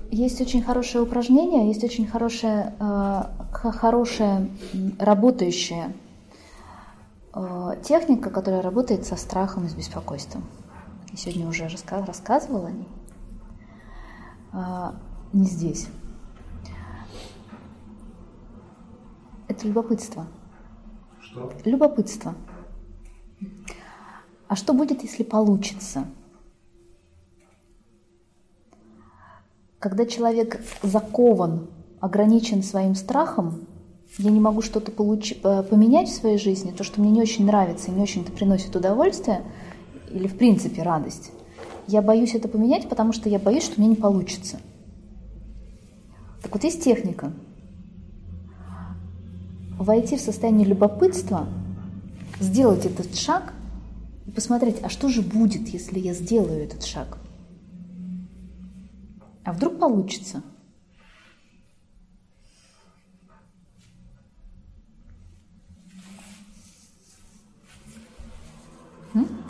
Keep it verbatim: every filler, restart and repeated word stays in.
есть очень хорошее упражнение, есть очень хорошая, э, хорошая работающая э, техника, которая работает со страхом и с беспокойством. Я сегодня уже раска- рассказывала о ней. Э, не здесь. Это любопытство. Что? Любопытство. А что будет, если получится? Когда человек закован, ограничен своим страхом, я не могу что-то получ... поменять в своей жизни, то, что мне не очень нравится и не очень-то приносит удовольствие, или в принципе радость, я боюсь это поменять, потому что я боюсь, что у меня не получится. Так вот, есть техника. Войти в состояние любопытства, сделать этот шаг и посмотреть, а что же будет, если я сделаю этот шаг? А вдруг получится? М?